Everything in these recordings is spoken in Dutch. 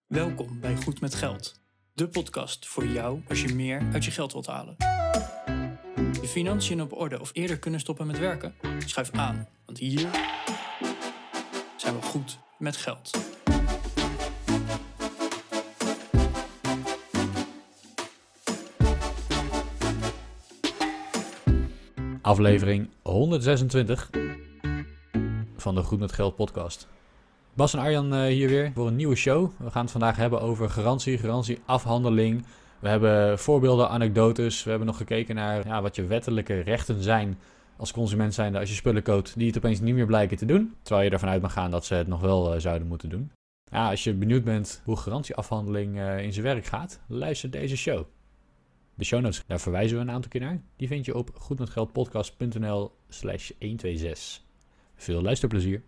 Welkom bij Goed met Geld, de podcast voor jou als je meer uit je geld wilt halen. Je financiën op orde of eerder kunnen stoppen met werken? Schuif aan, want hier zijn we goed met geld. Aflevering 126 van de Goed met Geld podcast. Bas en Arjan hier weer voor een nieuwe show. We gaan het vandaag hebben over garantieafhandeling. We hebben voorbeelden, anekdotes. We hebben nog gekeken naar wat je wettelijke rechten zijn als consument zijnde als je spullen koopt die het opeens niet meer blijken te doen. Terwijl je ervan uit mag gaan dat ze het nog wel zouden moeten doen. Ja, als je benieuwd bent hoe garantieafhandeling in zijn werk gaat, luister deze show. De show notes, daar verwijzen we een aantal keer naar. Die vind je op goedmetgeldpodcast.nl/126. Veel luisterplezier.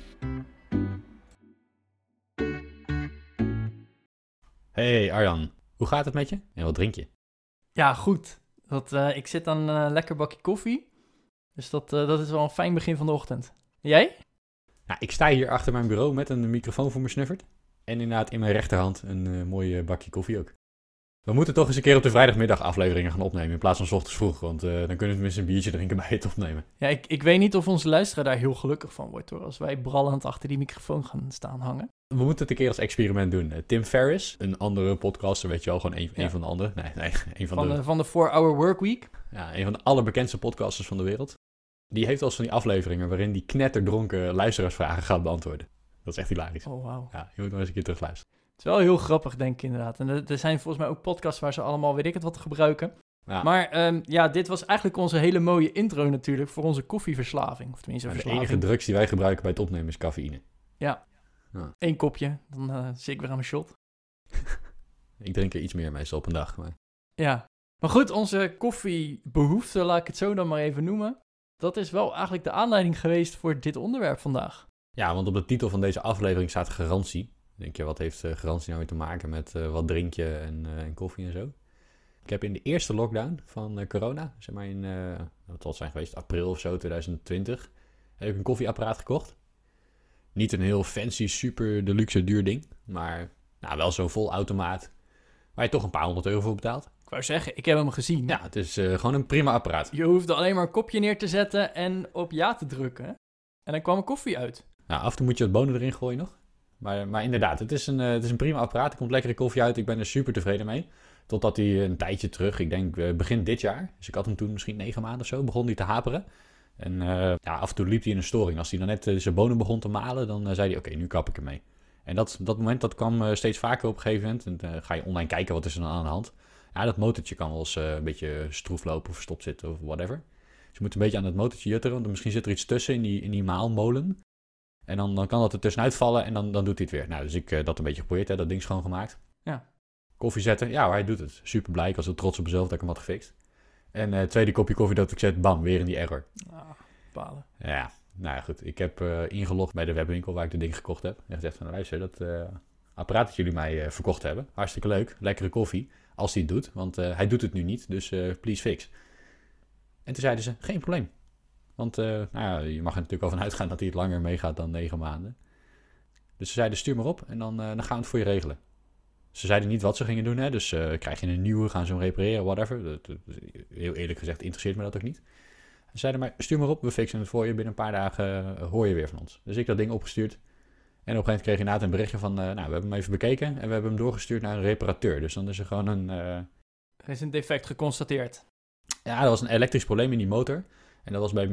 Hey Arjan, hoe gaat het met je? En wat drink je? Ja, goed. Ik zit aan een lekker bakje koffie. Dus dat is wel een fijn begin van de ochtend. En jij? Nou, ik sta hier achter mijn bureau met een microfoon voor me snuffert. En inderdaad in mijn rechterhand een mooi bakje koffie ook. We moeten toch eens een keer op de vrijdagmiddag afleveringen gaan opnemen in plaats van 's ochtends vroeg. Want dan kunnen we tenminste een biertje drinken bij het opnemen. Ja, ik weet niet of onze luisteraar daar heel gelukkig van wordt hoor. Als wij brallend achter die microfoon gaan staan hangen. We moeten het een keer als experiment doen. Tim Ferriss, een andere podcaster, weet je wel, gewoon een van de andere. Nee, een van de 4-Hour Workweek. Ja, een van de allerbekendste podcasters van de wereld. Die heeft wel eens van die afleveringen waarin die knetterdronken luisteraarsvragen gaat beantwoorden. Dat is echt hilarisch. Oh, wauw. Ja, je moet nog eens een keer terugluisteren. Het is wel heel grappig, denk ik inderdaad. En er zijn volgens mij ook podcasts waar ze allemaal weet ik het wat gebruiken. Ja. Maar dit was eigenlijk onze hele mooie intro natuurlijk voor onze koffieverslaving. Of tenminste verslaving. De enige drugs die wij gebruiken bij het opnemen is cafeïne. Ja. 1 kopje, dan zit ik weer aan mijn shot. Ik drink er iets meer meestal op een dag. Maar... Ja, maar goed, onze koffiebehoefte, laat ik het zo dan maar even noemen. Dat is wel eigenlijk de aanleiding geweest voor dit onderwerp vandaag. Ja, want op de titel van deze aflevering staat garantie. Denk je, wat heeft garantie nou weer te maken met wat drink je en koffie en zo? Ik heb in de eerste lockdown van corona, zeg maar in, wat zal het zijn geweest, april of zo, 2020, heb ik een koffieapparaat gekocht. Niet een heel fancy, super deluxe duur ding, maar wel zo'n volautomaat waar je toch een paar €100 voor betaalt. Ik wou zeggen, ik heb hem gezien. Ja, het is gewoon een prima apparaat. Je hoefde alleen maar een kopje neer te zetten en op ja te drukken. En dan kwam er koffie uit. Nou, af en toe moet je wat bonen erin gooien nog. Maar inderdaad, het is een prima apparaat. Er komt lekkere koffie uit. Ik ben er super tevreden mee. Totdat hij een tijdje terug, ik denk begin dit jaar. Dus ik had hem toen misschien 9 maanden of zo. Begon hij te haperen. En af en toe liep hij in een storing. Als hij dan net zijn bonen begon te malen, dan zei hij oké, nu kap ik ermee. En dat moment, dat kwam steeds vaker op een gegeven moment. En dan ga je online kijken, wat is er dan aan de hand. Ja, dat motortje kan wel eens een beetje stroef lopen of verstopt zitten of whatever. Dus je moet een beetje aan het motortje jutteren. Want misschien zit er iets tussen in die maalmolen. En dan kan dat er tussenuit vallen en dan doet hij het weer. Nou, dus ik dat een beetje geprobeerd, dat ding schoongemaakt. Ja. Koffie zetten, ja, hij doet het. Super blij, ik was heel trots op mezelf dat ik hem had gefixt. En tweede kopje koffie dat ik zet, bam, weer in die error. Balen. Ja, nou ja, goed. Ik heb ingelogd bij de webwinkel waar ik de ding gekocht heb. En gezegd van, luister, dat apparaat dat jullie mij verkocht hebben, hartstikke leuk, lekkere koffie, als hij het doet. Want hij doet het nu niet, dus please fix. En toen zeiden ze, geen probleem. Want je mag er natuurlijk wel van uitgaan dat hij het langer meegaat dan 9 maanden. Dus ze zeiden, stuur maar op en dan gaan we het voor je regelen. Ze zeiden niet wat ze gingen doen, hè? Dus krijg je een nieuwe, gaan ze hem repareren, whatever. Heel eerlijk gezegd interesseert me dat ook niet. Ze zeiden maar, stuur maar op, we fixen het voor je. Binnen een paar dagen hoor je weer van ons. Dus ik dat ding opgestuurd. En op een gegeven moment kreeg je inderdaad een berichtje van, we hebben hem even bekeken. En we hebben hem doorgestuurd naar een reparateur. Dus dan is er gewoon Er is een defect geconstateerd. Ja, er was een elektrisch probleem in die motor. En dat was bij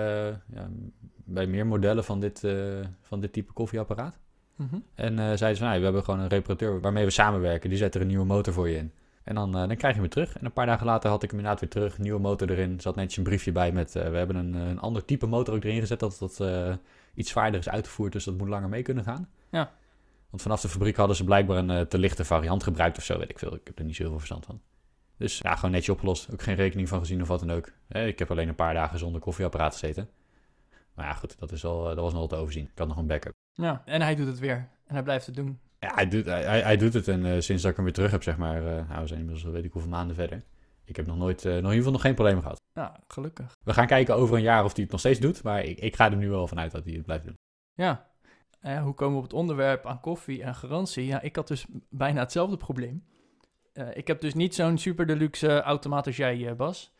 meer modellen van dit type koffieapparaat. Mm-hmm. En zeiden ze, we hebben gewoon een reparateur waarmee we samenwerken. Die zet er een nieuwe motor voor je in. En dan krijg je hem weer terug. En een paar dagen later had ik hem inderdaad weer terug. Nieuwe motor erin. Er zat netjes een briefje bij met... we hebben een ander type motor ook erin gezet. Dat iets zwaarder is uitgevoerd. Dus dat moet langer mee kunnen gaan. Ja. Want vanaf de fabriek hadden ze blijkbaar een te lichte variant gebruikt of zo. Weet ik veel. Ik heb er niet zo heel veel verstand van. Dus ja, gewoon netjes opgelost. Ook geen rekening van gezien of wat dan ook. Ik heb alleen een paar dagen zonder koffieapparaat gezeten. Maar ja, goed. Dat was nog wel te overzien. Ik had nog een backup. Ja, en hij doet het weer. En hij blijft het doen. Ja, hij doet het. En sinds dat ik hem weer terug heb, zeg maar... we zijn inmiddels weet ik hoeveel maanden verder. Ik heb nog in ieder geval nog geen problemen gehad. Ja, gelukkig. We gaan kijken over een jaar of hij het nog steeds doet. Maar ik ga er nu wel vanuit dat hij het blijft doen. Ja. Hoe komen we op het onderwerp aan koffie en garantie? Ja, ik had dus bijna hetzelfde probleem. Ik heb dus niet zo'n super deluxe automaat als jij, Bas.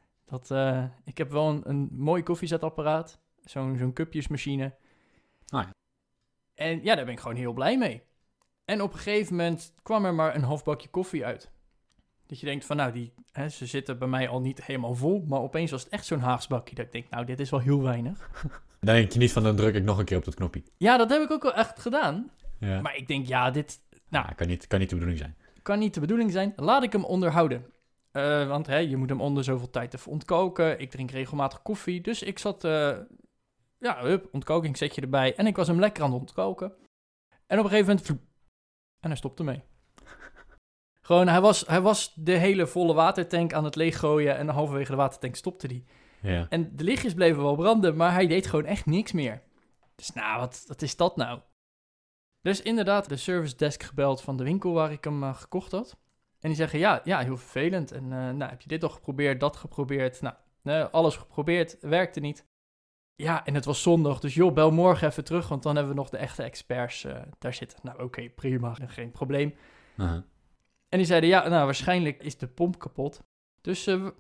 Ik heb wel een mooi koffiezetapparaat. Zo'n cupjesmachine. Ah, ja. En ja, daar ben ik gewoon heel blij mee. En op een gegeven moment kwam er maar een half bakje koffie uit. Dat je denkt van, nou, ze zitten bij mij al niet helemaal vol. Maar opeens was het echt zo'n Haags bakje. Dat ik denk, nou, dit is wel heel weinig. Dan denk je niet van, dan druk ik nog een keer op dat knopje. Ja, dat heb ik ook wel echt gedaan. Ja. Maar ik denk, ja, dit... Nou, kan niet de bedoeling zijn. Kan niet de bedoeling zijn. Laat ik hem onderhouden. Want je moet hem onder zoveel tijd even ontkoken. Ik drink regelmatig koffie. Dus ik zat... ontkoking zet je erbij. En ik was hem lekker aan het ontkoken. En op een gegeven moment... En hij stopte mee. Gewoon, hij was de hele volle watertank aan het leeggooien. En halverwege de watertank stopte hij. Ja. En de lichtjes bleven wel branden. Maar hij deed gewoon echt niks meer. Dus nou, wat is dat nou? Dus inderdaad, de service desk gebeld van de winkel waar ik hem gekocht had. En die zeggen, ja, heel vervelend. En heb je dit al geprobeerd, dat geprobeerd? Nou, alles geprobeerd, werkte niet. Ja, en het was zondag, dus joh, bel morgen even terug, want dan hebben we nog de echte experts daar zitten. Nou, oké, prima, geen probleem. Uh-huh. En die zeiden, ja, nou, waarschijnlijk is de pomp kapot. Dus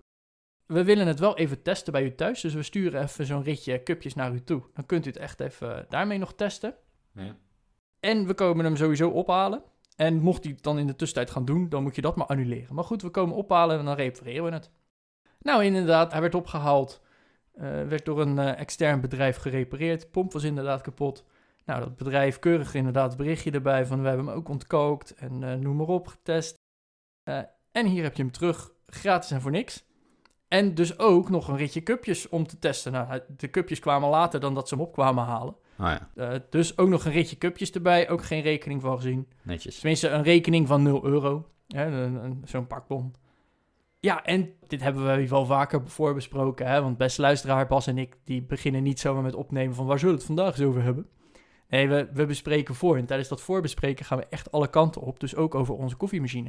we willen het wel even testen bij u thuis. Dus we sturen even zo'n ritje cupjes naar u toe. Dan kunt u het echt even daarmee nog testen. Ja. En we komen hem sowieso ophalen. En mocht hij het dan in de tussentijd gaan doen, dan moet je dat maar annuleren. Maar goed, we komen ophalen en dan repareren we het. Nou, inderdaad, hij werd opgehaald. Werd door een extern bedrijf gerepareerd. De pomp was inderdaad kapot. Nou, dat bedrijf keurig inderdaad het berichtje erbij van we hebben hem ook ontkookt en noem maar op, getest. En hier heb je hem terug, gratis en voor niks. En dus ook nog een ritje cupjes om te testen. Nou, de cupjes kwamen later dan dat ze hem op kwamen halen. Oh ja. Dus ook nog een ritje cupjes erbij, ook geen rekening van gezien. Netjes. Tenminste, een rekening van €0. Zo'n pakbon. Ja, en dit hebben we wel vaker voorbesproken, hè? Want beste luisteraar, Bas en ik, die beginnen niet zomaar met opnemen van waar zullen we het vandaag eens over hebben. Nee, we bespreken voor en tijdens dat voorbespreken gaan we echt alle kanten op, dus ook over onze koffiemachine.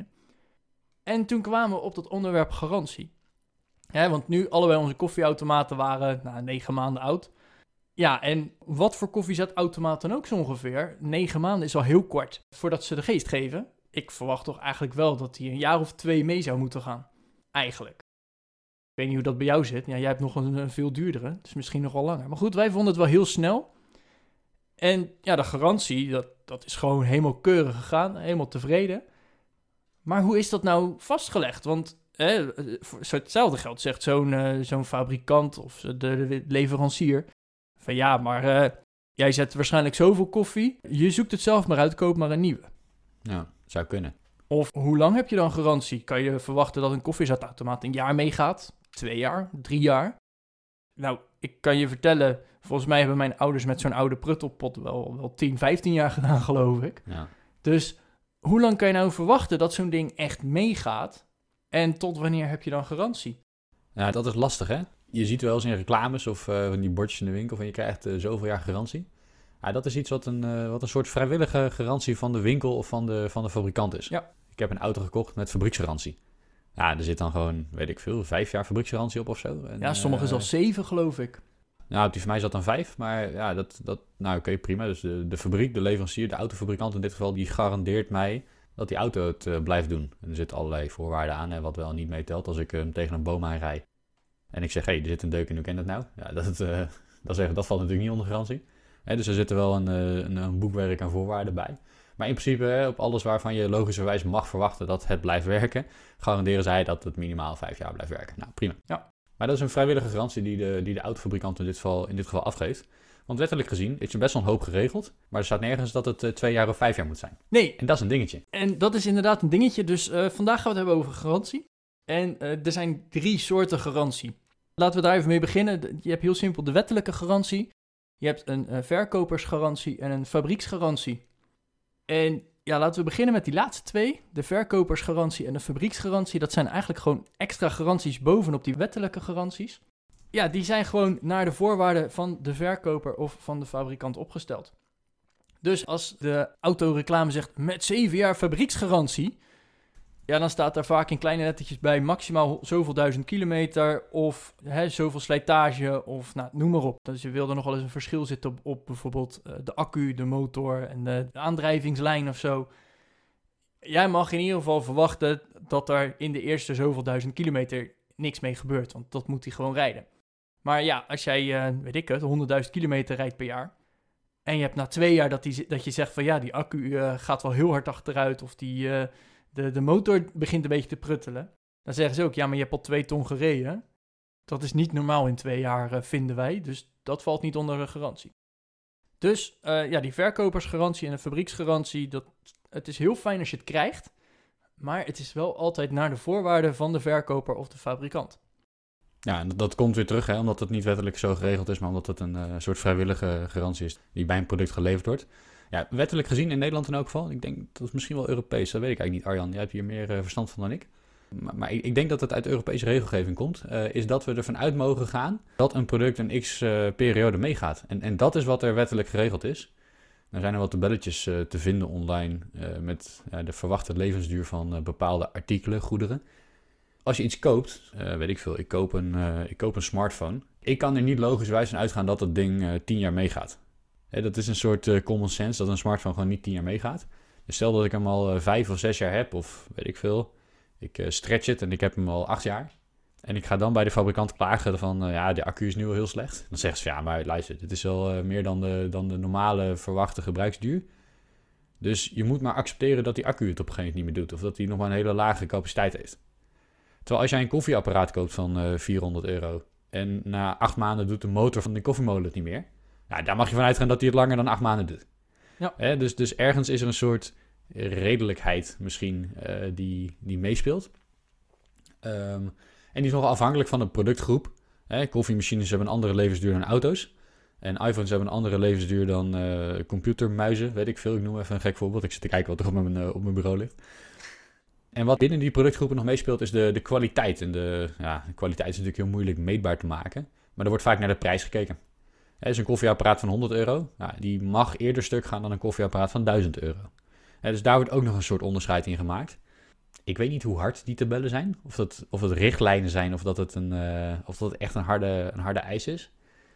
En toen kwamen we op dat onderwerp garantie. Want nu allebei onze koffieautomaten waren 9 maanden oud. Ja, en wat voor koffiezetautomaten ook zo ongeveer, 9 maanden is al heel kort voordat ze de geest geven. Ik verwacht toch eigenlijk wel dat die een jaar of 2 mee zou moeten gaan. Eigenlijk. Ik weet niet hoe dat bij jou zit. Ja, jij hebt nog een veel duurdere, dus misschien nog wel langer. Maar goed, wij vonden het wel heel snel. En ja, de garantie, dat is gewoon helemaal keurig gegaan. Helemaal tevreden. Maar hoe is dat nou vastgelegd? Want voor hetzelfde geld zegt zo'n fabrikant of de leverancier van ja, maar jij zet waarschijnlijk zoveel koffie. Je zoekt het zelf maar uit, koop maar een nieuwe. Ja, zou kunnen. Of hoe lang heb je dan garantie? Kan je verwachten dat een koffiezetautomaat een jaar meegaat? 2 jaar? 3 jaar? Nou, ik kan je vertellen, volgens mij hebben mijn ouders met zo'n oude pruttelpot wel 10, 15 jaar gedaan, geloof ik. Ja. Dus hoe lang kan je nou verwachten dat zo'n ding echt meegaat? En tot wanneer heb je dan garantie? Ja, dat is lastig, hè? Je ziet wel eens in reclames of die bordjes in de winkel van je krijgt zoveel jaar garantie. Ja, dat is iets wat een soort vrijwillige garantie van de winkel of van de fabrikant is. Ja. Ik heb een auto gekocht met fabrieksgarantie. Ja, er zit dan gewoon, weet ik veel, 5 jaar fabrieksgarantie op of zo. En, ja, sommige zelfs 7, geloof ik. Nou, die van mij zat dan 5, maar ja, oké, prima. Dus de fabriek, de leverancier, de autofabrikant in dit geval, die garandeert mij dat die auto het blijft doen. En er zitten allerlei voorwaarden aan en wat wel niet meetelt. Als ik hem tegen een boom aanrijd en ik zeg, er zit een deuk in, hoe ken dat nou? Ja, dat valt natuurlijk niet onder garantie. Dus er zit er wel een boekwerk aan voorwaarden bij. Maar in principe, op alles waarvan je logischerwijs mag verwachten dat het blijft werken, garanderen zij dat het minimaal 5 jaar blijft werken. Nou, prima. Ja. Maar dat is een vrijwillige garantie die de autofabrikant in dit geval afgeeft. Want wettelijk gezien is er best wel een hoop geregeld, maar er staat nergens dat het 2 jaar of 5 jaar moet zijn. Nee. En dat is een dingetje. En dat is inderdaad een dingetje, dus vandaag gaan we het hebben over garantie. En er zijn 3 soorten garantie. Laten we daar even mee beginnen. Je hebt heel simpel de wettelijke garantie. Je hebt een verkopersgarantie en een fabrieksgarantie. En ja, laten we beginnen met die laatste 2. De verkopersgarantie en de fabrieksgarantie. Dat zijn eigenlijk gewoon extra garanties bovenop die wettelijke garanties. Ja, die zijn gewoon naar de voorwaarden van de verkoper of van de fabrikant opgesteld. Dus als de autoreclame zegt met 7 jaar fabrieksgarantie, Ja, dan staat daar vaak in kleine lettertjes bij maximaal zoveel 1000 kilometer of zoveel slijtage of nou, noem maar op. Dus je wil er nog wel eens een verschil zitten op bijvoorbeeld de accu, de motor en de aandrijvingslijn of zo. Jij mag in ieder geval verwachten dat er in de eerste zoveel 1000 kilometer niks mee gebeurt, want dat moet hij gewoon rijden. Maar ja, als jij, 100.000 kilometer rijdt per jaar en je hebt na 2 jaar dat je zegt van ja, die accu gaat wel heel hard achteruit of de motor begint een beetje te pruttelen. Dan zeggen ze ook, ja, maar je hebt al 2 ton gereden. Dat is niet normaal in 2 jaar, vinden wij. Dus dat valt niet onder de garantie. Dus die verkopersgarantie en de fabrieksgarantie, het is heel fijn als je het krijgt. Maar het is wel altijd naar de voorwaarden van de verkoper of de fabrikant. Ja, en dat komt weer terug, hè, omdat het niet wettelijk zo geregeld is, maar omdat het een soort vrijwillige garantie is die bij een product geleverd wordt. Ja, wettelijk gezien in Nederland in elk geval. Ik denk, dat is misschien wel Europees, dat weet ik eigenlijk niet. Arjan, jij hebt hier meer verstand van dan ik. Maar ik denk dat het uit Europese regelgeving komt. Is dat we ervan uit mogen gaan dat een product een x-periode meegaat. En dat is wat er wettelijk geregeld is. Er zijn er wat tabelletjes te vinden online met de verwachte levensduur van bepaalde artikelen, goederen. Als je iets koopt, weet ik veel, ik koop een smartphone. Ik kan er niet logischwijs van uitgaan dat het ding 10 jaar meegaat. Dat is een soort common sense dat een smartphone gewoon niet 10 jaar meegaat. Dus stel dat ik hem al 5 of 6 jaar heb, of weet ik veel. Ik stretch het en ik heb hem al 8 jaar. En ik ga dan bij de fabrikant klagen van, de accu is nu al heel slecht. Dan zeggen ze, ja, maar luister, dit is wel meer dan de normale verwachte gebruiksduur. Dus je moet maar accepteren dat die accu het op een gegeven moment niet meer doet. Of dat hij nog maar een hele lage capaciteit heeft. Terwijl als jij een koffieapparaat koopt van €400 en na 8 maanden doet de motor van de koffiemolen het niet meer. Ja, daar mag je van uitgaan dat hij het langer dan 8 maanden doet. Ja. Dus ergens is er een soort redelijkheid misschien die meespeelt. En die is nogal afhankelijk van de productgroep. Koffiemachines hebben een andere levensduur dan auto's. En iPhones hebben een andere levensduur dan computermuizen, weet ik veel. Ik noem even een gek voorbeeld. Ik zit te kijken wat er op mijn bureau ligt. En wat binnen die productgroepen nog meespeelt is de kwaliteit. En de kwaliteit is natuurlijk heel moeilijk meetbaar te maken. Maar er wordt vaak naar de prijs gekeken. Dus een koffieapparaat van €100, die mag eerder stuk gaan dan een koffieapparaat van €1000. Dus daar wordt ook nog een soort onderscheid in gemaakt. Ik weet niet hoe hard die tabellen zijn. Of het richtlijnen zijn of dat het echt een harde eis is.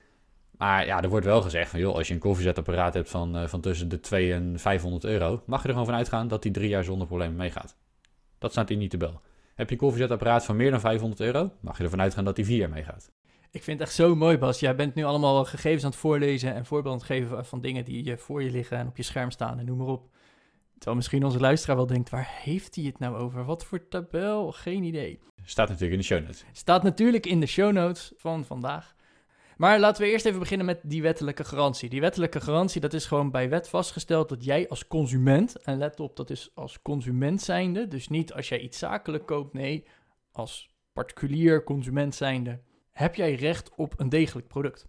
Maar ja, er wordt wel gezegd van, joh, als je een koffiezetapparaat hebt van tussen de €200 en €500, mag je er gewoon van uitgaan dat die 3 jaar zonder problemen meegaat. Dat staat in die tabel. Heb je een koffiezetapparaat van meer dan €500, mag je ervan uitgaan dat die 4 jaar meegaat. Ik vind het echt zo mooi, Bas. Jij bent nu allemaal gegevens aan het voorlezen en voorbeelden aan het geven van dingen die voor je liggen en op je scherm staan en noem maar op. Terwijl misschien onze luisteraar wel denkt, waar heeft hij het nou over? Wat voor tabel? Geen idee. Staat natuurlijk in de show notes. Staat natuurlijk in de show notes van vandaag. Maar laten we eerst even beginnen met die wettelijke garantie. Die wettelijke garantie, dat is gewoon bij wet vastgesteld dat jij als consument, en let op, dat is als consument zijnde, dus niet als jij iets zakelijk koopt, nee, als particulier consument zijnde, heb jij recht op een degelijk product.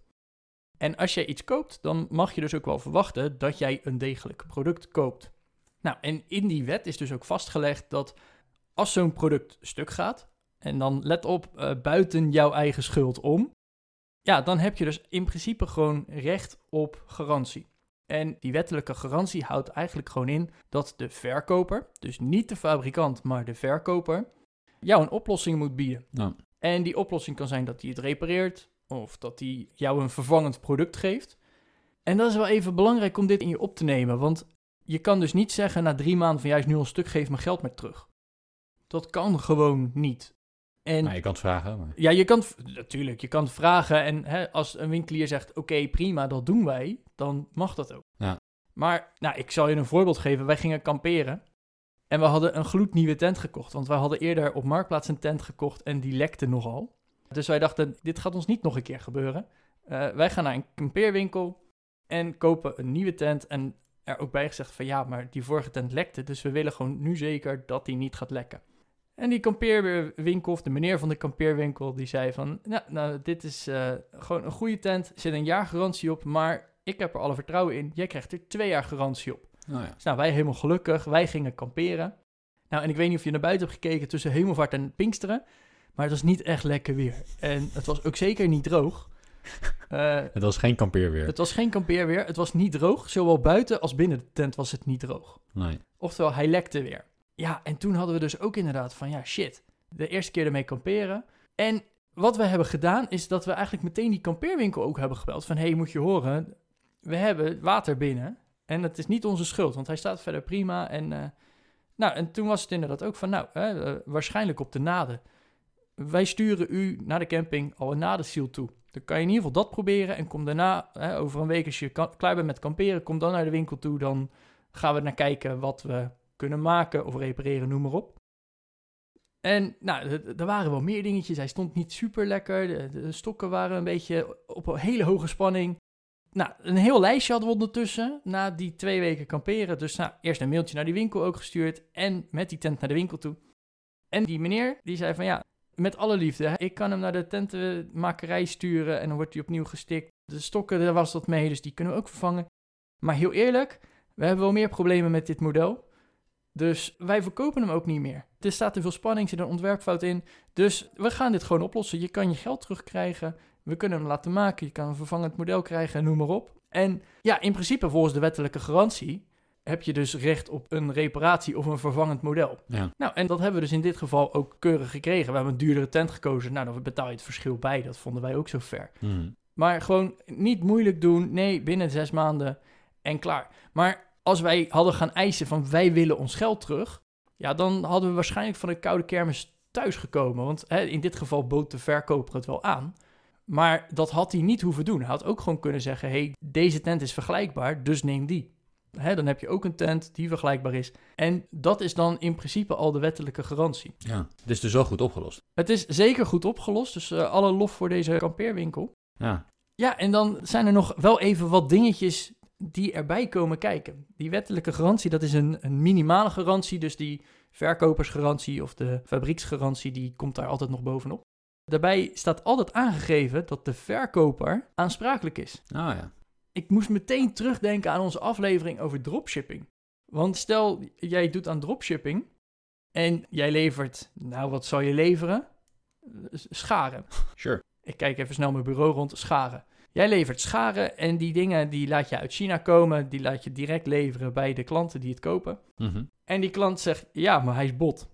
En als jij iets koopt, dan mag je dus ook wel verwachten dat jij een degelijk product koopt. Nou, en in die wet is dus ook vastgelegd dat als zo'n product stuk gaat, en dan let op, buiten jouw eigen schuld om, ja, dan heb je dus in principe gewoon recht op garantie. En die wettelijke garantie houdt eigenlijk gewoon in dat de verkoper, dus niet de fabrikant, maar de verkoper, jou een oplossing moet bieden. Ja. En die oplossing kan zijn dat hij het repareert of dat hij jou een vervangend product geeft. En dat is wel even belangrijk om dit in je op te nemen, want je kan dus niet zeggen na 3 maanden van ja, is nu al stuk, geef mijn geld maar terug. Dat kan gewoon niet. En, je kan het vragen. Maar... Ja, natuurlijk, je kan het vragen en als een winkelier zegt, oké, prima, dat doen wij, dan mag dat ook. Ja. Maar, ik zal je een voorbeeld geven. Wij gingen kamperen en we hadden een gloednieuwe tent gekocht, want wij hadden eerder op Marktplaats een tent gekocht en die lekte nogal. Dus wij dachten, dit gaat ons niet nog een keer gebeuren. Wij gaan naar een kampeerwinkel en kopen een nieuwe tent en er ook bij gezegd van ja, maar die vorige tent lekte, dus we willen gewoon nu zeker dat die niet gaat lekken. En die kampeerwinkel, of de meneer van de kampeerwinkel, die zei van, nou dit is gewoon een goede tent, er zit een jaar garantie op, maar ik heb er alle vertrouwen in, jij krijgt er 2 jaar garantie op. Oh ja. Dus wij helemaal gelukkig, wij gingen kamperen. Nou, en ik weet niet of je naar buiten hebt gekeken tussen Hemelvaart en Pinksteren, maar het was niet echt lekker weer. En het was ook zeker niet droog. Het was geen kampeerweer. Het was geen kampeerweer, het was niet droog. Zowel buiten als binnen de tent was het niet droog. Nee. Oftewel, hij lekte weer. Ja, en toen hadden we dus ook inderdaad van, ja, shit. De eerste keer ermee kamperen. En wat we hebben gedaan, is dat we eigenlijk meteen die kampeerwinkel ook hebben gebeld. Van, hey, moet je horen, we hebben water binnen. En dat is niet onze schuld, want hij staat verder prima. En toen was het inderdaad ook van, waarschijnlijk op de naden. Wij sturen u naar de camping al een nadensiel toe. Dan kan je in ieder geval dat proberen. En kom daarna, over een week als je klaar bent met kamperen, kom dan naar de winkel toe. Dan gaan we naar kijken wat we kunnen maken of repareren, noem maar op. En er waren wel meer dingetjes. Hij stond niet super lekker. De stokken waren een beetje op een hele hoge spanning. Een heel lijstje hadden we ondertussen na die 2 weken kamperen. Dus eerst een mailtje naar die winkel ook gestuurd en met die tent naar de winkel toe. En die meneer, die zei van ja, met alle liefde, ik kan hem naar de tentenmakerij sturen en dan wordt hij opnieuw gestikt. De stokken, daar was dat mee, dus die kunnen we ook vervangen. Maar heel eerlijk, we hebben wel meer problemen met dit model. Dus wij verkopen hem ook niet meer. Er staat te veel spanning, er zit een ontwerpfout in. Dus we gaan dit gewoon oplossen. Je kan je geld terugkrijgen. We kunnen hem laten maken. Je kan een vervangend model krijgen, noem maar op. En ja, in principe volgens de wettelijke garantie heb je dus recht op een reparatie of een vervangend model. Ja. En dat hebben we dus in dit geval ook keurig gekregen. We hebben een duurdere tent gekozen. Dan betaal je het verschil bij. Dat vonden wij ook zo fair. Maar gewoon niet moeilijk doen. Nee, binnen 6 maanden en klaar. Maar als wij hadden gaan eisen van wij willen ons geld terug, ja, dan hadden we waarschijnlijk van een koude kermis thuis gekomen. Want in dit geval bood de verkoper het wel aan. Maar dat had hij niet hoeven doen. Hij had ook gewoon kunnen zeggen, hey, deze tent is vergelijkbaar, dus neem die. Dan heb je ook een tent die vergelijkbaar is. En dat is dan in principe al de wettelijke garantie. Ja, het is dus wel goed opgelost. Het is zeker goed opgelost, dus alle lof voor deze kampeerwinkel. Ja. Ja, en dan zijn er nog wel even wat dingetjes die erbij komen kijken. Die wettelijke garantie, dat is een minimale garantie, dus die verkopersgarantie of de fabrieksgarantie, die komt daar altijd nog bovenop. Daarbij staat altijd aangegeven dat de verkoper aansprakelijk is. Ah ja. Ik moest meteen terugdenken aan onze aflevering over dropshipping. Want stel, jij doet aan dropshipping en jij levert, wat zal je leveren? Scharen. Sure. Ik kijk even snel mijn bureau rond, scharen. Jij levert scharen en die dingen die laat je uit China komen, die laat je direct leveren bij de klanten die het kopen. Mm-hmm. En die klant zegt, ja, maar hij is bot.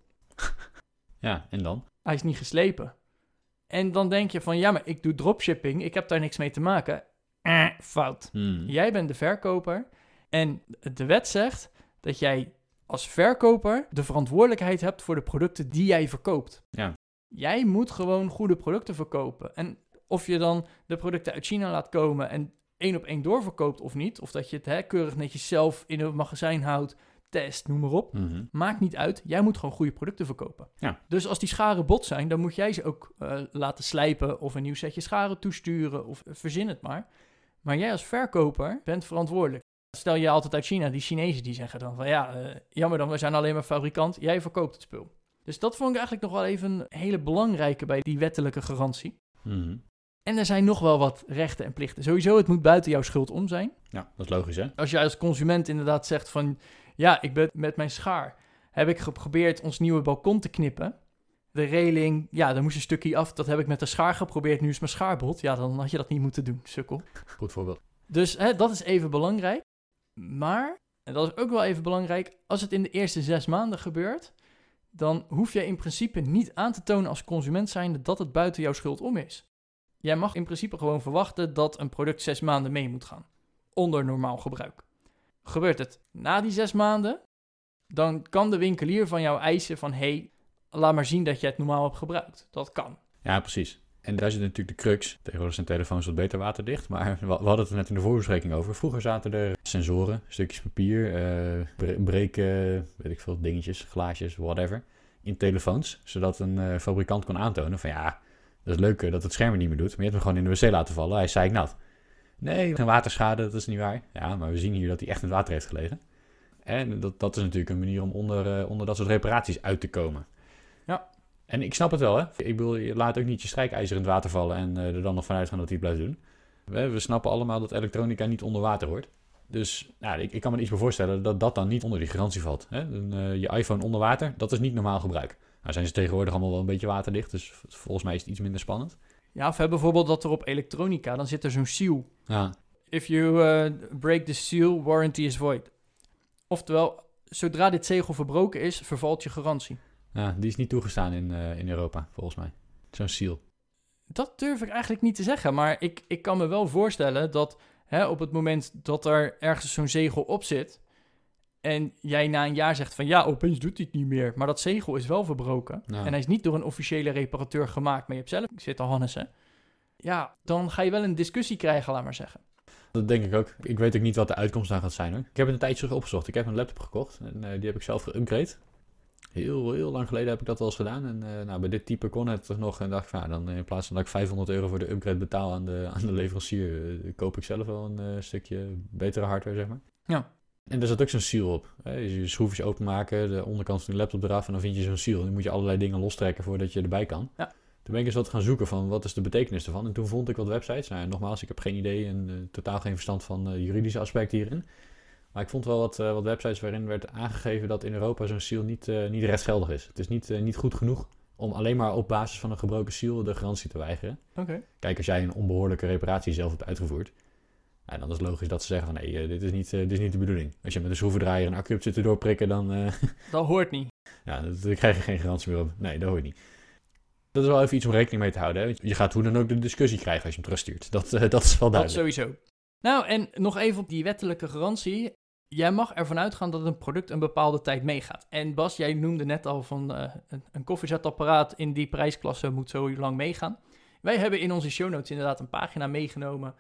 Ja, en dan? Hij is niet geslepen. En dan denk je van, ja, maar ik doe dropshipping, ik heb daar niks mee te maken. Fout. Jij bent de verkoper en de wet zegt dat jij als verkoper de verantwoordelijkheid hebt voor de producten die jij verkoopt. Ja. Jij moet gewoon goede producten verkopen. En of je dan de producten uit China laat komen en 1 op 1 doorverkoopt of niet, of dat je het keurig netjes zelf in het magazijn houdt, test, noem maar op. Maakt niet uit. Jij moet gewoon goede producten verkopen. Ja. Dus als die scharen bot zijn, dan moet jij ze ook laten slijpen of een nieuw setje scharen toesturen of verzin het maar. Maar jij als verkoper bent verantwoordelijk. Stel je altijd uit China, die Chinezen die zeggen dan van jammer dan, we zijn alleen maar fabrikant, jij verkoopt het spul. Dus dat vond ik eigenlijk nog wel even een hele belangrijke bij die wettelijke garantie. En er zijn nog wel wat rechten en plichten. Sowieso, het moet buiten jouw schuld om zijn. Ja, dat is logisch, hè? Als jij als consument inderdaad zegt van, ja, ik ben met mijn schaar, heb ik geprobeerd ons nieuwe balkon te knippen. De reling, ja, daar moest een stukje af. Dat heb ik met de schaar geprobeerd, nu is mijn schaar bot. Ja, dan had je dat niet moeten doen, sukkel. Goed voorbeeld. Dus dat is even belangrijk. Maar, en dat is ook wel even belangrijk, als het in de eerste 6 maanden gebeurt, dan hoef je in principe niet aan te tonen als consument zijnde dat het buiten jouw schuld om is. Jij mag in principe gewoon verwachten dat een product 6 maanden mee moet gaan. Onder normaal gebruik. Gebeurt het na die 6 maanden, dan kan de winkelier van jou eisen van, hey, laat maar zien dat je het normaal hebt gebruikt. Dat kan. Ja, precies. En daar zit natuurlijk de crux. Tegenwoordig zijn telefoons wat beter waterdicht, maar we hadden het er net in de voorbespreking over. Vroeger zaten er sensoren, stukjes papier, breken, weet ik veel, dingetjes, glaasjes, whatever, in telefoons, zodat een fabrikant kon aantonen van ja, dat is leuk dat het scherm het niet meer doet, maar je hebt hem gewoon in de wc laten vallen, hij is zeiknat. Nee, geen waterschade, dat is niet waar. Ja, maar we zien hier dat hij echt in het water heeft gelegen. En dat is natuurlijk een manier om onder dat soort reparaties uit te komen. Ja. En ik snap het wel, hè. Ik bedoel, je laat ook niet je strijkijzer in het water vallen en er dan nog vanuit gaan dat hij het blijft doen. We snappen allemaal dat elektronica niet onder water hoort. Dus ik kan me iets meer voorstellen dat dat dan niet onder die garantie valt. Hè? Je iPhone onder water, dat is niet normaal gebruik. Nou zijn ze tegenwoordig allemaal wel een beetje waterdicht, dus volgens mij is het iets minder spannend. Ja, of bijvoorbeeld dat er op elektronica, dan zit er zo'n seal. Ja. If you break the seal, warranty is void. Oftewel, zodra dit zegel verbroken is, vervalt je garantie. Ja, die is niet toegestaan in Europa, volgens mij. Zo'n seal. Dat durf ik eigenlijk niet te zeggen, maar ik kan me wel voorstellen dat op het moment dat er ergens zo'n zegel op zit en jij na een jaar zegt van ja, opeens doet hij het niet meer, maar dat zegel is wel verbroken en hij is niet door een officiële reparateur gemaakt, maar je hebt zelf zitten hannissen, ja, dan ga je wel een discussie krijgen, laat maar zeggen. Dat denk ik ook. Ik weet ook niet wat de uitkomst daar gaat zijn, hoor. Ik heb het een tijdje terug opgezocht. Ik heb een laptop gekocht en die heb ik zelf geüpgrade. Heel, heel lang geleden heb ik dat wel eens gedaan. En bij dit type kon het toch nog. En dacht ik, dan in plaats van dat ik €500 voor de upgrade betaal aan de leverancier, koop ik zelf wel een stukje betere hardware, zeg maar. Ja. En er zat ook zo'n seal op. Je schroefjes openmaken, de onderkant van de laptop eraf en dan vind je zo'n seal. Dan moet je allerlei dingen lostrekken voordat je erbij kan. Ja. Toen ben ik eens wat gaan zoeken van wat is de betekenis ervan. En toen vond ik wat websites. Nou, nogmaals, ik heb geen idee en totaal geen verstand van juridische aspecten hierin. Maar ik vond wel wat websites waarin werd aangegeven dat in Europa zo'n seal niet rechtsgeldig is. Het is niet goed genoeg om alleen maar op basis van een gebroken seal de garantie te weigeren. Okay. Kijk, als jij een onbehoorlijke reparatie zelf hebt uitgevoerd, dan is het logisch dat ze zeggen van nee, dit is niet de bedoeling. Als je met een schroevendraaier een accu hebt zitten doorprikken, dan... Dat hoort niet. Ja, daar krijg je geen garantie meer op. Nee, dat hoort niet. Dat is wel even iets om rekening mee te houden. Hè? Je gaat hoe dan ook de discussie krijgen als je hem terugstuurt. Dat is wel duidelijk. Dat sowieso. Nou, en nog even op die wettelijke garantie. Jij mag ervan uitgaan dat een product een bepaalde tijd meegaat. En Bas, jij noemde net al van een koffiezetapparaat in die prijsklasse moet zo lang meegaan. Wij hebben in onze show notes inderdaad een pagina meegenomen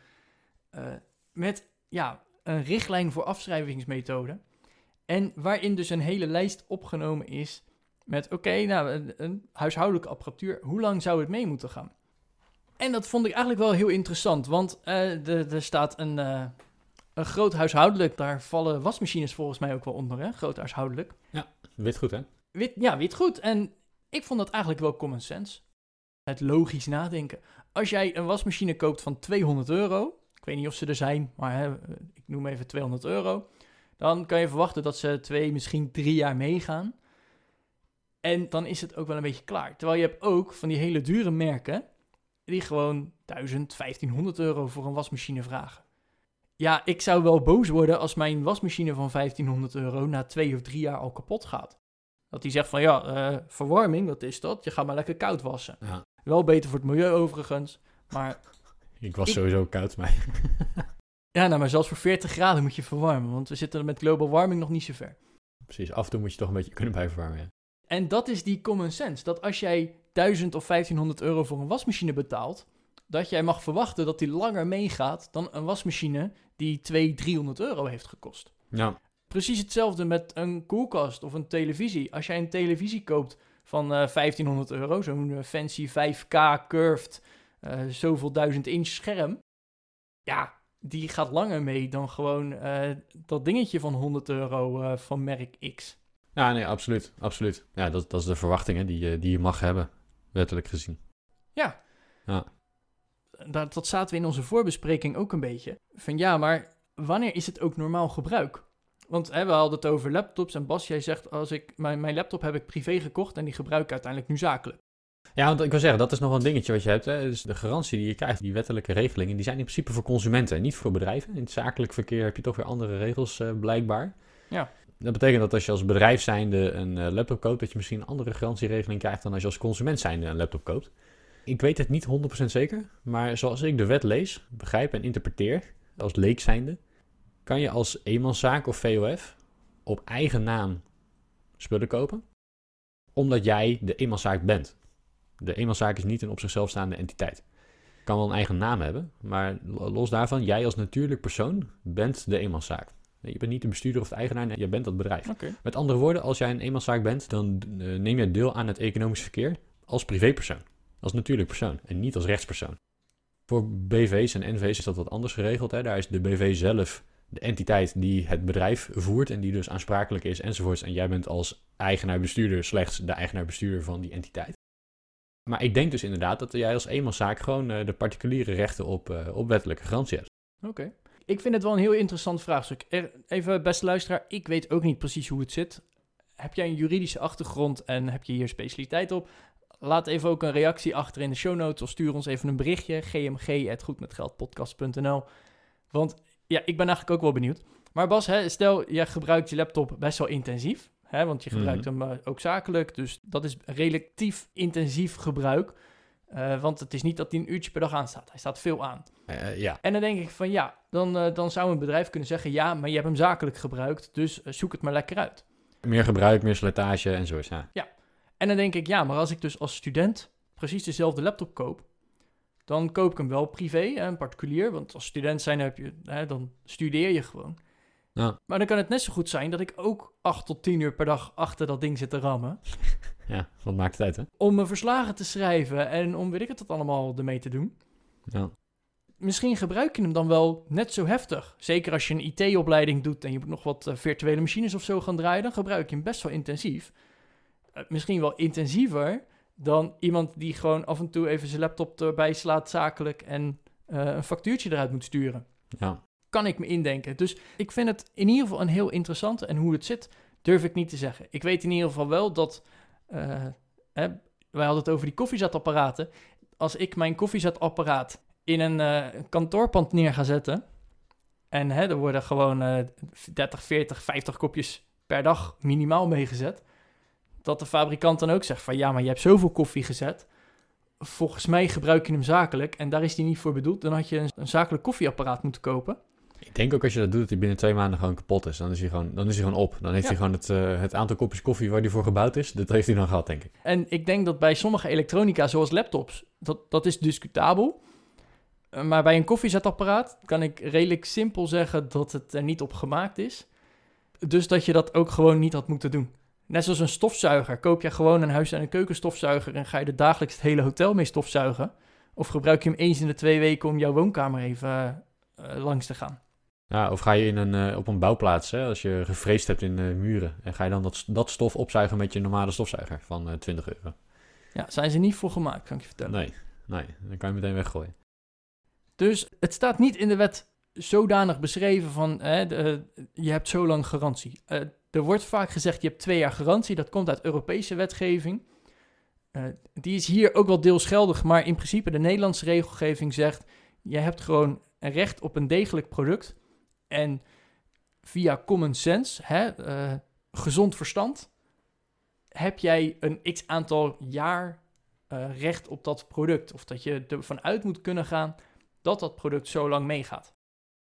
met een richtlijn voor afschrijvingsmethoden. En waarin dus een hele lijst opgenomen is met een huishoudelijke apparatuur. Hoe lang zou het mee moeten gaan? En dat vond ik eigenlijk wel heel interessant, want er staat een groot huishoudelijk. Daar vallen wasmachines volgens mij ook wel onder, hè? Groot huishoudelijk. Ja, witgoed, hè? Witgoed. En ik vond dat eigenlijk wel common sense. Het logisch nadenken. Als jij een wasmachine koopt van €200, ik weet niet of ze er zijn, maar ik noem even €200, dan kan je verwachten dat ze 2, misschien 3 jaar meegaan. En dan is het ook wel een beetje klaar. Terwijl je hebt ook van die hele dure merken die gewoon €1.000, €1.500 voor een wasmachine vragen. Ja, ik zou wel boos worden als mijn wasmachine van €1.500 na 2 of 3 jaar al kapot gaat. Dat die zegt van verwarming, wat is dat? Je gaat maar lekker koud wassen. Ja. Wel beter voor het milieu overigens, maar... Ik was sowieso koud, maar... Ja, maar zelfs voor 40 graden moet je verwarmen, want we zitten er met global warming nog niet zo ver. Precies, af en toe moet je toch een beetje kunnen bijverwarmen, ja. En dat is die common sense, dat als jij €1.000 of €1.500 voor een wasmachine betaalt, dat jij mag verwachten dat die langer meegaat dan een wasmachine die €200-300 heeft gekost. Ja. Precies hetzelfde met een koelkast of een televisie. Als jij een televisie koopt van €1.500, zo'n fancy 5K curved, zoveel 1000 inch scherm, ja, die gaat langer mee dan gewoon dat dingetje van €100 van merk X. Ja, nee, absoluut. Absoluut. Ja, dat is de verwachtingen die je mag hebben, wettelijk gezien. Ja. Dat zaten we in onze voorbespreking ook een beetje. Van ja, maar wanneer is het ook normaal gebruik? Want we hadden het over laptops en Bas, jij zegt, als ik mijn laptop heb ik privé gekocht en die gebruik ik uiteindelijk nu zakelijk. Ja, want ik wil zeggen, dat is nog een dingetje wat je hebt. Hè. Dus de garantie die je krijgt, die wettelijke regelingen, die zijn in principe voor consumenten en niet voor bedrijven. In het zakelijk verkeer heb je toch weer andere regels blijkbaar. Ja. Dat betekent dat als je als bedrijf zijnde een laptop koopt, dat je misschien een andere garantieregeling krijgt dan als je als consument zijnde een laptop koopt. Ik weet het niet 100% zeker, maar zoals ik de wet lees, begrijp en interpreteer, als leek zijnde, kan je als eenmanszaak of VOF op eigen naam spullen kopen, omdat jij de eenmanszaak bent. De eenmanszaak is niet een op zichzelf staande entiteit. Kan wel een eigen naam hebben, maar los daarvan, jij als natuurlijk persoon bent de eenmanszaak. Je bent niet de bestuurder of de eigenaar, nee, je bent dat bedrijf. Okay. Met andere woorden, als jij een eenmanszaak bent, dan neem je deel aan het economisch verkeer als privépersoon. Als natuurlijk persoon en niet als rechtspersoon. Voor BV's en NV's is dat wat anders geregeld. Hè? Daar is de BV zelf de entiteit die het bedrijf voert en die dus aansprakelijk is enzovoorts. En jij bent als eigenaar-bestuurder slechts de eigenaar-bestuurder van die entiteit. Maar ik denk dus inderdaad dat jij als eenmanszaak gewoon de particuliere rechten op wettelijke garantie hebt. Oké. Ik vind het wel een heel interessant vraagstuk. Even, beste luisteraar, ik weet ook niet precies hoe het zit. Heb jij een juridische achtergrond en heb je hier specialiteit op? Laat even ook een reactie achter in de show notes of stuur ons even een berichtje. gmg@goedmetgeldpodcast.nl. Want ja, ik ben eigenlijk ook wel benieuwd. Maar Bas, stel je gebruikt je laptop best wel intensief. Want je gebruikt hem ook zakelijk. Dus dat is relatief intensief gebruik. Want het is niet dat hij een uurtje per dag aanstaat. Hij staat veel aan. Ja. En dan denk ik van dan zou een bedrijf kunnen zeggen... ja, maar je hebt hem zakelijk gebruikt, dus zoek het maar lekker uit. Meer gebruik, meer slijtage en zo. Ja. En dan denk ik, maar als ik dus als student precies dezelfde laptop koop... dan koop ik hem wel privé en particulier. Want als student zijn dan studeer je gewoon. Ja. Maar dan kan het net zo goed zijn dat ik ook 8 tot 10 uur per dag achter dat ding zit te rammen. Ja, wat maakt het uit, hè? Om mijn verslagen te schrijven en om weet ik het allemaal ermee te doen. Ja. Misschien gebruik je hem dan wel net zo heftig. Zeker als je een IT-opleiding doet en je moet nog wat virtuele machines of zo gaan draaien, dan gebruik je hem best wel intensief. Misschien wel intensiever dan iemand die gewoon af en toe even zijn laptop erbij slaat zakelijk en een factuurtje eruit moet sturen. Ja. Kan ik me indenken. Dus ik vind het in ieder geval een heel interessante. En hoe het zit, durf ik niet te zeggen. Ik weet in ieder geval wel dat... wij hadden het over die koffiezetapparaten. Als ik mijn koffiezetapparaat in een kantoorpand neer ga zetten... en er worden gewoon 30, 40, 50 kopjes per dag minimaal meegezet... dat de fabrikant dan ook zegt van... ja, maar je hebt zoveel koffie gezet... volgens mij gebruik je hem zakelijk... en daar is die niet voor bedoeld. Dan had je een zakelijk koffieapparaat moeten kopen... Ik denk ook als je dat doet, dat hij binnen 2 maanden gewoon kapot is. Dan is hij gewoon op. Dan heeft hij gewoon het aantal kopjes koffie waar hij voor gebouwd is. Dat heeft hij dan gehad, denk ik. En ik denk dat bij sommige elektronica, zoals laptops, dat is discutabel. Maar bij een koffiezetapparaat kan ik redelijk simpel zeggen dat het er niet op gemaakt is. Dus dat je dat ook gewoon niet had moeten doen. Net zoals een stofzuiger. Koop je gewoon een huis- en een keukenstofzuiger en ga je er dagelijks het hele hotel mee stofzuigen? Of gebruik je hem eens in de 2 weken om jouw woonkamer even langs te gaan? Ja, of ga je op een bouwplaats, als je gevreesd hebt in muren... en ga je dan dat stof opzuigen met je normale stofzuiger van €20. Ja, zijn ze niet voor gemaakt, kan ik je vertellen. Nee, dan kan je meteen weggooien. Dus het staat niet in de wet zodanig beschreven van... je hebt zo lang garantie. Er wordt vaak gezegd, je hebt 2 jaar garantie. Dat komt uit Europese wetgeving. Die is hier ook wel deels geldig, maar in principe de Nederlandse regelgeving zegt... je hebt gewoon een recht op een degelijk product... En via common sense, gezond verstand, heb jij een x-aantal jaar recht op dat product. Of dat je ervan uit moet kunnen gaan dat dat product zo lang meegaat.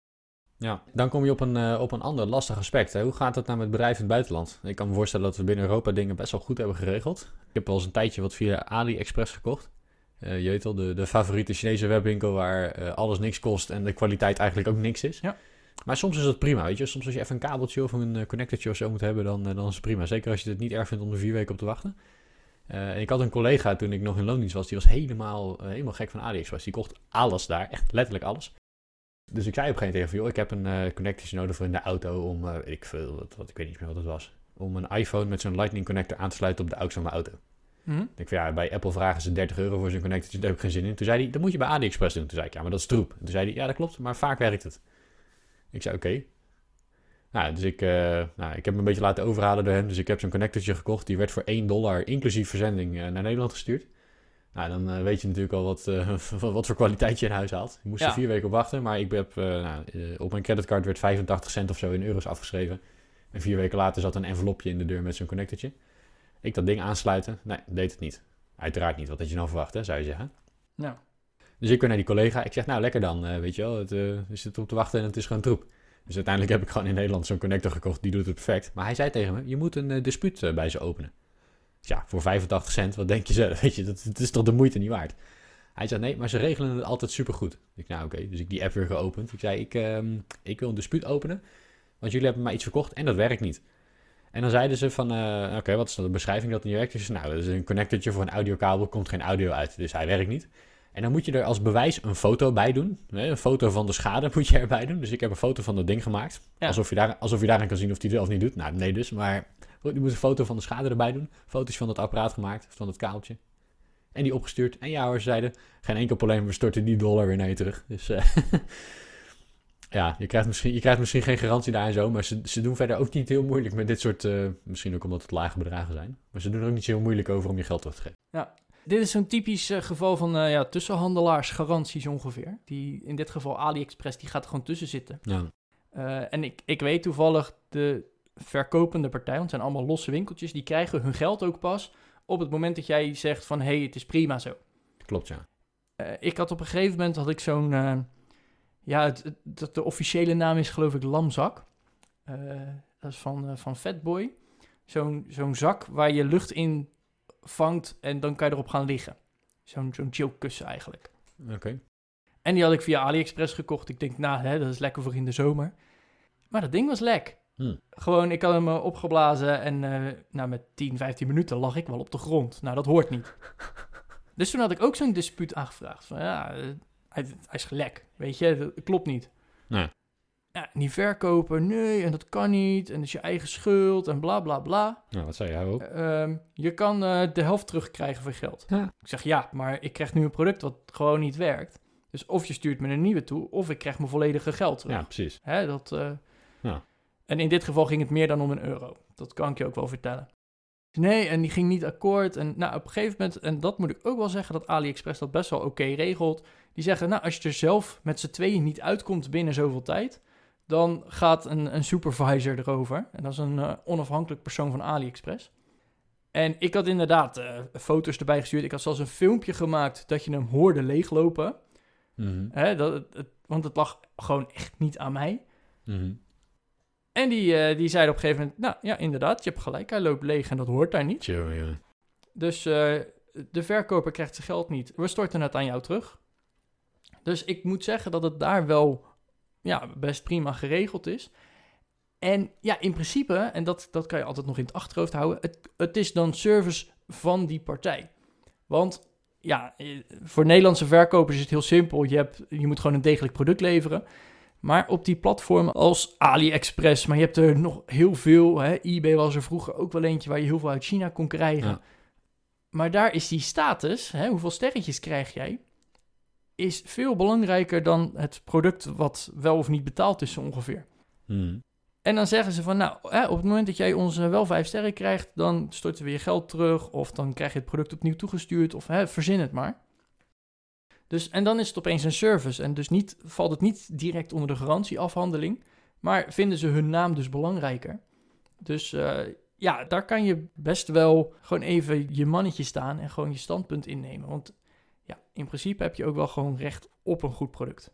Ja, dan kom je op een ander lastig aspect. Hè? Hoe gaat het nou met bedrijven in het buitenland? Ik kan me voorstellen dat we binnen Europa dingen best wel goed hebben geregeld. Ik heb al eens een tijdje wat via AliExpress gekocht. Je weet wel, de favoriete Chinese webwinkel waar alles niks kost en de kwaliteit eigenlijk ook niks is. Ja. Maar soms is dat prima, weet je. Soms als je even een kabeltje of een connectortje of zo moet hebben, dan is het prima. Zeker als je het niet erg vindt om er 4 weken op te wachten. En ik had een collega toen ik nog in loondienst was, die was helemaal gek van AliExpress. Die kocht alles daar, echt letterlijk alles. Dus ik zei op een gegeven moment tegen van, joh, ik heb een connectortje nodig voor in de auto om, ik weet niet meer wat het was, om een iPhone met zo'n Lightning connector aan te sluiten op de aux van mijn auto. Ik denk van, bij Apple vragen ze €30 voor zo'n connectortje, daar heb ik geen zin in. Toen zei hij, dat moet je bij AliExpress doen. Toen zei ik, ja, maar dat is troep. Toen zei hij, ja, dat klopt, maar vaak werkt het. Ik zei, oké. Nou, dus ik heb me een beetje laten overhalen door hem. Dus ik heb zo'n connectortje gekocht. Die werd voor $1 inclusief verzending naar Nederland gestuurd. Nou, dan weet je natuurlijk al wat voor kwaliteit je in huis haalt. Je moest er 4 weken op wachten. Maar ik heb, op mijn creditcard werd 85 cent of zo in euro's afgeschreven. En 4 weken later zat een envelopje in de deur met zo'n connectortje. Ik dat ding aansluiten. Nee, deed het niet. Uiteraard niet. Wat had je nou verwacht, hè, zou je zeggen. Ja. Dus ik ben naar die collega. Ik zeg, nou, lekker dan. Weet je wel, je zit op te wachten en het is gewoon troep. Dus uiteindelijk heb ik gewoon in Nederland zo'n connector gekocht. Die doet het perfect. Maar hij zei tegen me, je moet een dispuut bij ze openen. Dus ja, voor 85 cent, wat denk je zelf? Weet je, dat is toch de moeite niet waard. Hij zei, nee, maar ze regelen het altijd supergoed. Ik nou, oké. Dus ik die app weer geopend. Ik zei, ik wil een dispuut openen. Want jullie hebben mij iets verkocht en dat werkt niet. En dan zeiden ze van, oké, wat is dan de beschrijving dat niet werkt? Dus nou, dat is een connectortje voor een audiokabel, komt geen audio uit. Dus hij werkt niet. En dan moet je er als bewijs een foto bij doen. Een foto van de schade moet je erbij doen. Dus ik heb een foto van dat ding gemaakt. Ja. Alsof je daarin kan zien of hij het wel of niet doet. Nou, nee dus. Maar je moet een foto van de schade erbij doen. Foto's van het apparaat gemaakt. Van het kabeltje. En die opgestuurd. En ja hoor, ze zeiden, geen enkel probleem. We storten die $1 weer naar je terug. Dus ja, je krijgt misschien geen garantie daar en zo. Maar ze doen verder ook niet heel moeilijk met dit soort... misschien ook omdat het lage bedragen zijn. Maar ze doen er ook niet zo heel moeilijk over om je geld terug te geven. Ja. Dit is zo'n typisch geval van tussenhandelaarsgaranties ongeveer. Die, in dit geval AliExpress, die gaat er gewoon tussen zitten. Ja. En ik weet toevallig de verkopende partij, want het zijn allemaal losse winkeltjes, die krijgen hun geld ook pas op het moment dat jij zegt van, hey, het is prima zo. Klopt, ja. Ik had op een gegeven moment had ik zo'n, de officiële naam is geloof ik lamzak. Dat is van Fatboy. Zo'n zak waar je lucht in vangt en dan kan je erop gaan liggen. Zo'n chillkussen eigenlijk. Oké. En die had ik via AliExpress gekocht. Ik denk, dat is lekker voor in de zomer. Maar dat ding was lek. Gewoon, ik had hem opgeblazen en met 10, 15 minuten lag ik wel op de grond. Nou, dat hoort niet. Dus toen had ik ook zo'n dispuut aangevraagd. Van hij is lek, weet je, dat klopt niet. Nee. Ja, die verkoper, nee, en dat kan niet. En dat is je eigen schuld en bla, bla, bla. Nou, wat zei jij ook? Je kan de helft terugkrijgen van geld. Ja. Ik zeg, ja, maar ik krijg nu een product wat gewoon niet werkt. Dus of je stuurt me een nieuwe toe, of ik krijg mijn volledige geld terug. Ja, precies. Ja. En in dit geval ging het meer dan om €1. Dat kan ik je ook wel vertellen. Nee, en die ging niet akkoord. En op een gegeven moment, en dat moet ik ook wel zeggen, dat AliExpress dat best wel oké regelt. Die zeggen, als je er zelf met z'n tweeën niet uitkomt binnen zoveel tijd, dan gaat een supervisor erover. En dat is een onafhankelijk persoon van AliExpress. En ik had inderdaad foto's erbij gestuurd. Ik had zelfs een filmpje gemaakt dat je hem hoorde leeglopen. Mm-hmm. Want het lag gewoon echt niet aan mij. Mm-hmm. En die zei op een gegeven moment, ja, inderdaad, je hebt gelijk, hij loopt leeg en dat hoort daar niet. Chill, ja. Dus de verkoper krijgt zijn geld niet. We storten het aan jou terug. Dus ik moet zeggen dat het daar wel best prima geregeld is. En ja, in principe, en dat kan je altijd nog in het achterhoofd houden, het is dan service van die partij. Want ja, voor Nederlandse verkopers is het heel simpel. Je moet gewoon een degelijk product leveren. Maar op die platformen als AliExpress, maar je hebt er nog heel veel. eBay was er vroeger ook wel eentje waar je heel veel uit China kon krijgen. Ja. Maar daar is die status, hoeveel sterretjes krijg jij, is veel belangrijker dan het product wat wel of niet betaald is zo ongeveer. Hmm. En dan zeggen ze van, op het moment dat jij ons wel 5 sterren krijgt, dan storten we je geld terug, of dan krijg je het product opnieuw toegestuurd, of verzin het maar. Dus, en dan is het opeens een service. En dus valt het niet direct onder de garantieafhandeling. Maar vinden ze hun naam dus belangrijker. Dus daar kan je best wel gewoon even je mannetje staan en gewoon je standpunt innemen. Want ja, in principe heb je ook wel gewoon recht op een goed product.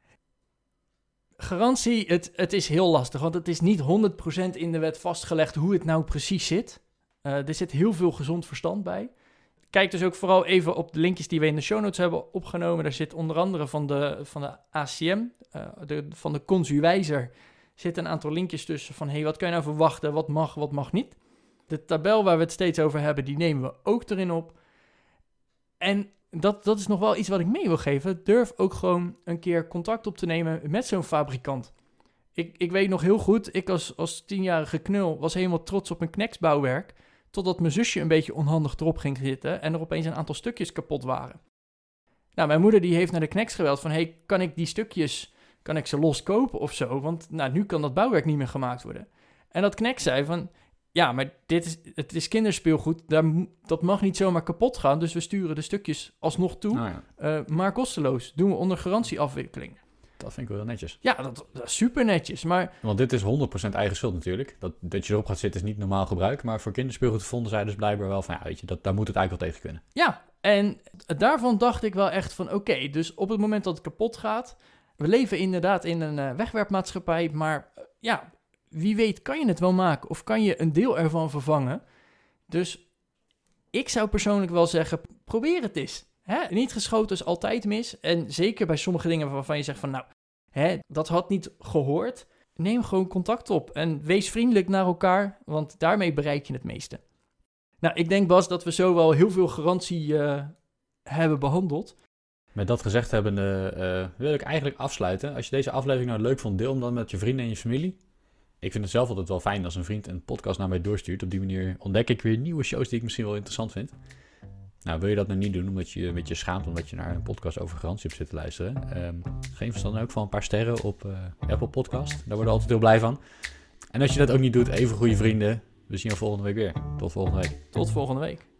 Garantie, het is heel lastig. Want het is niet 100% in de wet vastgelegd hoe het nou precies zit. Er zit heel veel gezond verstand bij. Kijk dus ook vooral even op de linkjes die we in de show notes hebben opgenomen. Daar zit onder andere van de ACM, van de Consuwijzer, zit een aantal linkjes tussen van, wat kan je nou verwachten, wat mag niet. De tabel waar we het steeds over hebben, die nemen we ook erin op. En dat is nog wel iets wat ik mee wil geven. Durf ook gewoon een keer contact op te nemen met zo'n fabrikant. Ik weet nog heel goed, ik als 10-jarige knul was helemaal trots op mijn kneksbouwwerk. Totdat mijn zusje een beetje onhandig erop ging zitten en er opeens een aantal stukjes kapot waren. Nou, mijn moeder die heeft naar de kneks gebeld van, kan ik die stukjes, kan ik ze los kopen of zo? Want nu kan dat bouwwerk niet meer gemaakt worden. En dat kneks zei van, ja, maar het is kinderspeelgoed, dat mag niet zomaar kapot gaan, dus we sturen de stukjes alsnog toe, maar kosteloos, doen we onder garantieafwikkeling. Dat vind ik wel heel netjes. Ja, dat is super netjes, maar... Want dit is 100% eigen schuld natuurlijk. Dat je erop gaat zitten is niet normaal gebruik. Maar voor kinderspeelgoed vonden zij dus blijkbaar wel van... daar moet het eigenlijk wel tegen kunnen. Ja, en daarvan dacht ik wel echt van... Oké, dus op het moment dat het kapot gaat... We leven inderdaad in een wegwerpmaatschappij... Maar wie weet kan je het wel maken... Of kan je een deel ervan vervangen. Dus ik zou persoonlijk wel zeggen... Probeer het eens. Niet geschoten is altijd mis. En zeker bij sommige dingen waarvan je zegt van... dat had niet gehoord. Neem gewoon contact op en wees vriendelijk naar elkaar, want daarmee bereik je het meeste. Nou, ik denk, Bas, dat we zo wel heel veel garantie hebben behandeld. Met dat gezegd hebbende wil ik eigenlijk afsluiten. Als je deze aflevering nou leuk vond, deel hem dan met je vrienden en je familie. Ik vind het zelf altijd wel fijn als een vriend een podcast naar mij doorstuurt. Op die manier ontdek ik weer nieuwe shows die ik misschien wel interessant vind. Nou, wil je dat nou niet doen omdat je een beetje schaamt omdat je naar een podcast over garantie hebt zitten luisteren? Geen verstand ook van een paar sterren op Apple Podcast. Daar worden we altijd heel blij van. En als je dat ook niet doet, even goede vrienden. We zien je volgende week weer. Tot volgende week. Tot volgende week.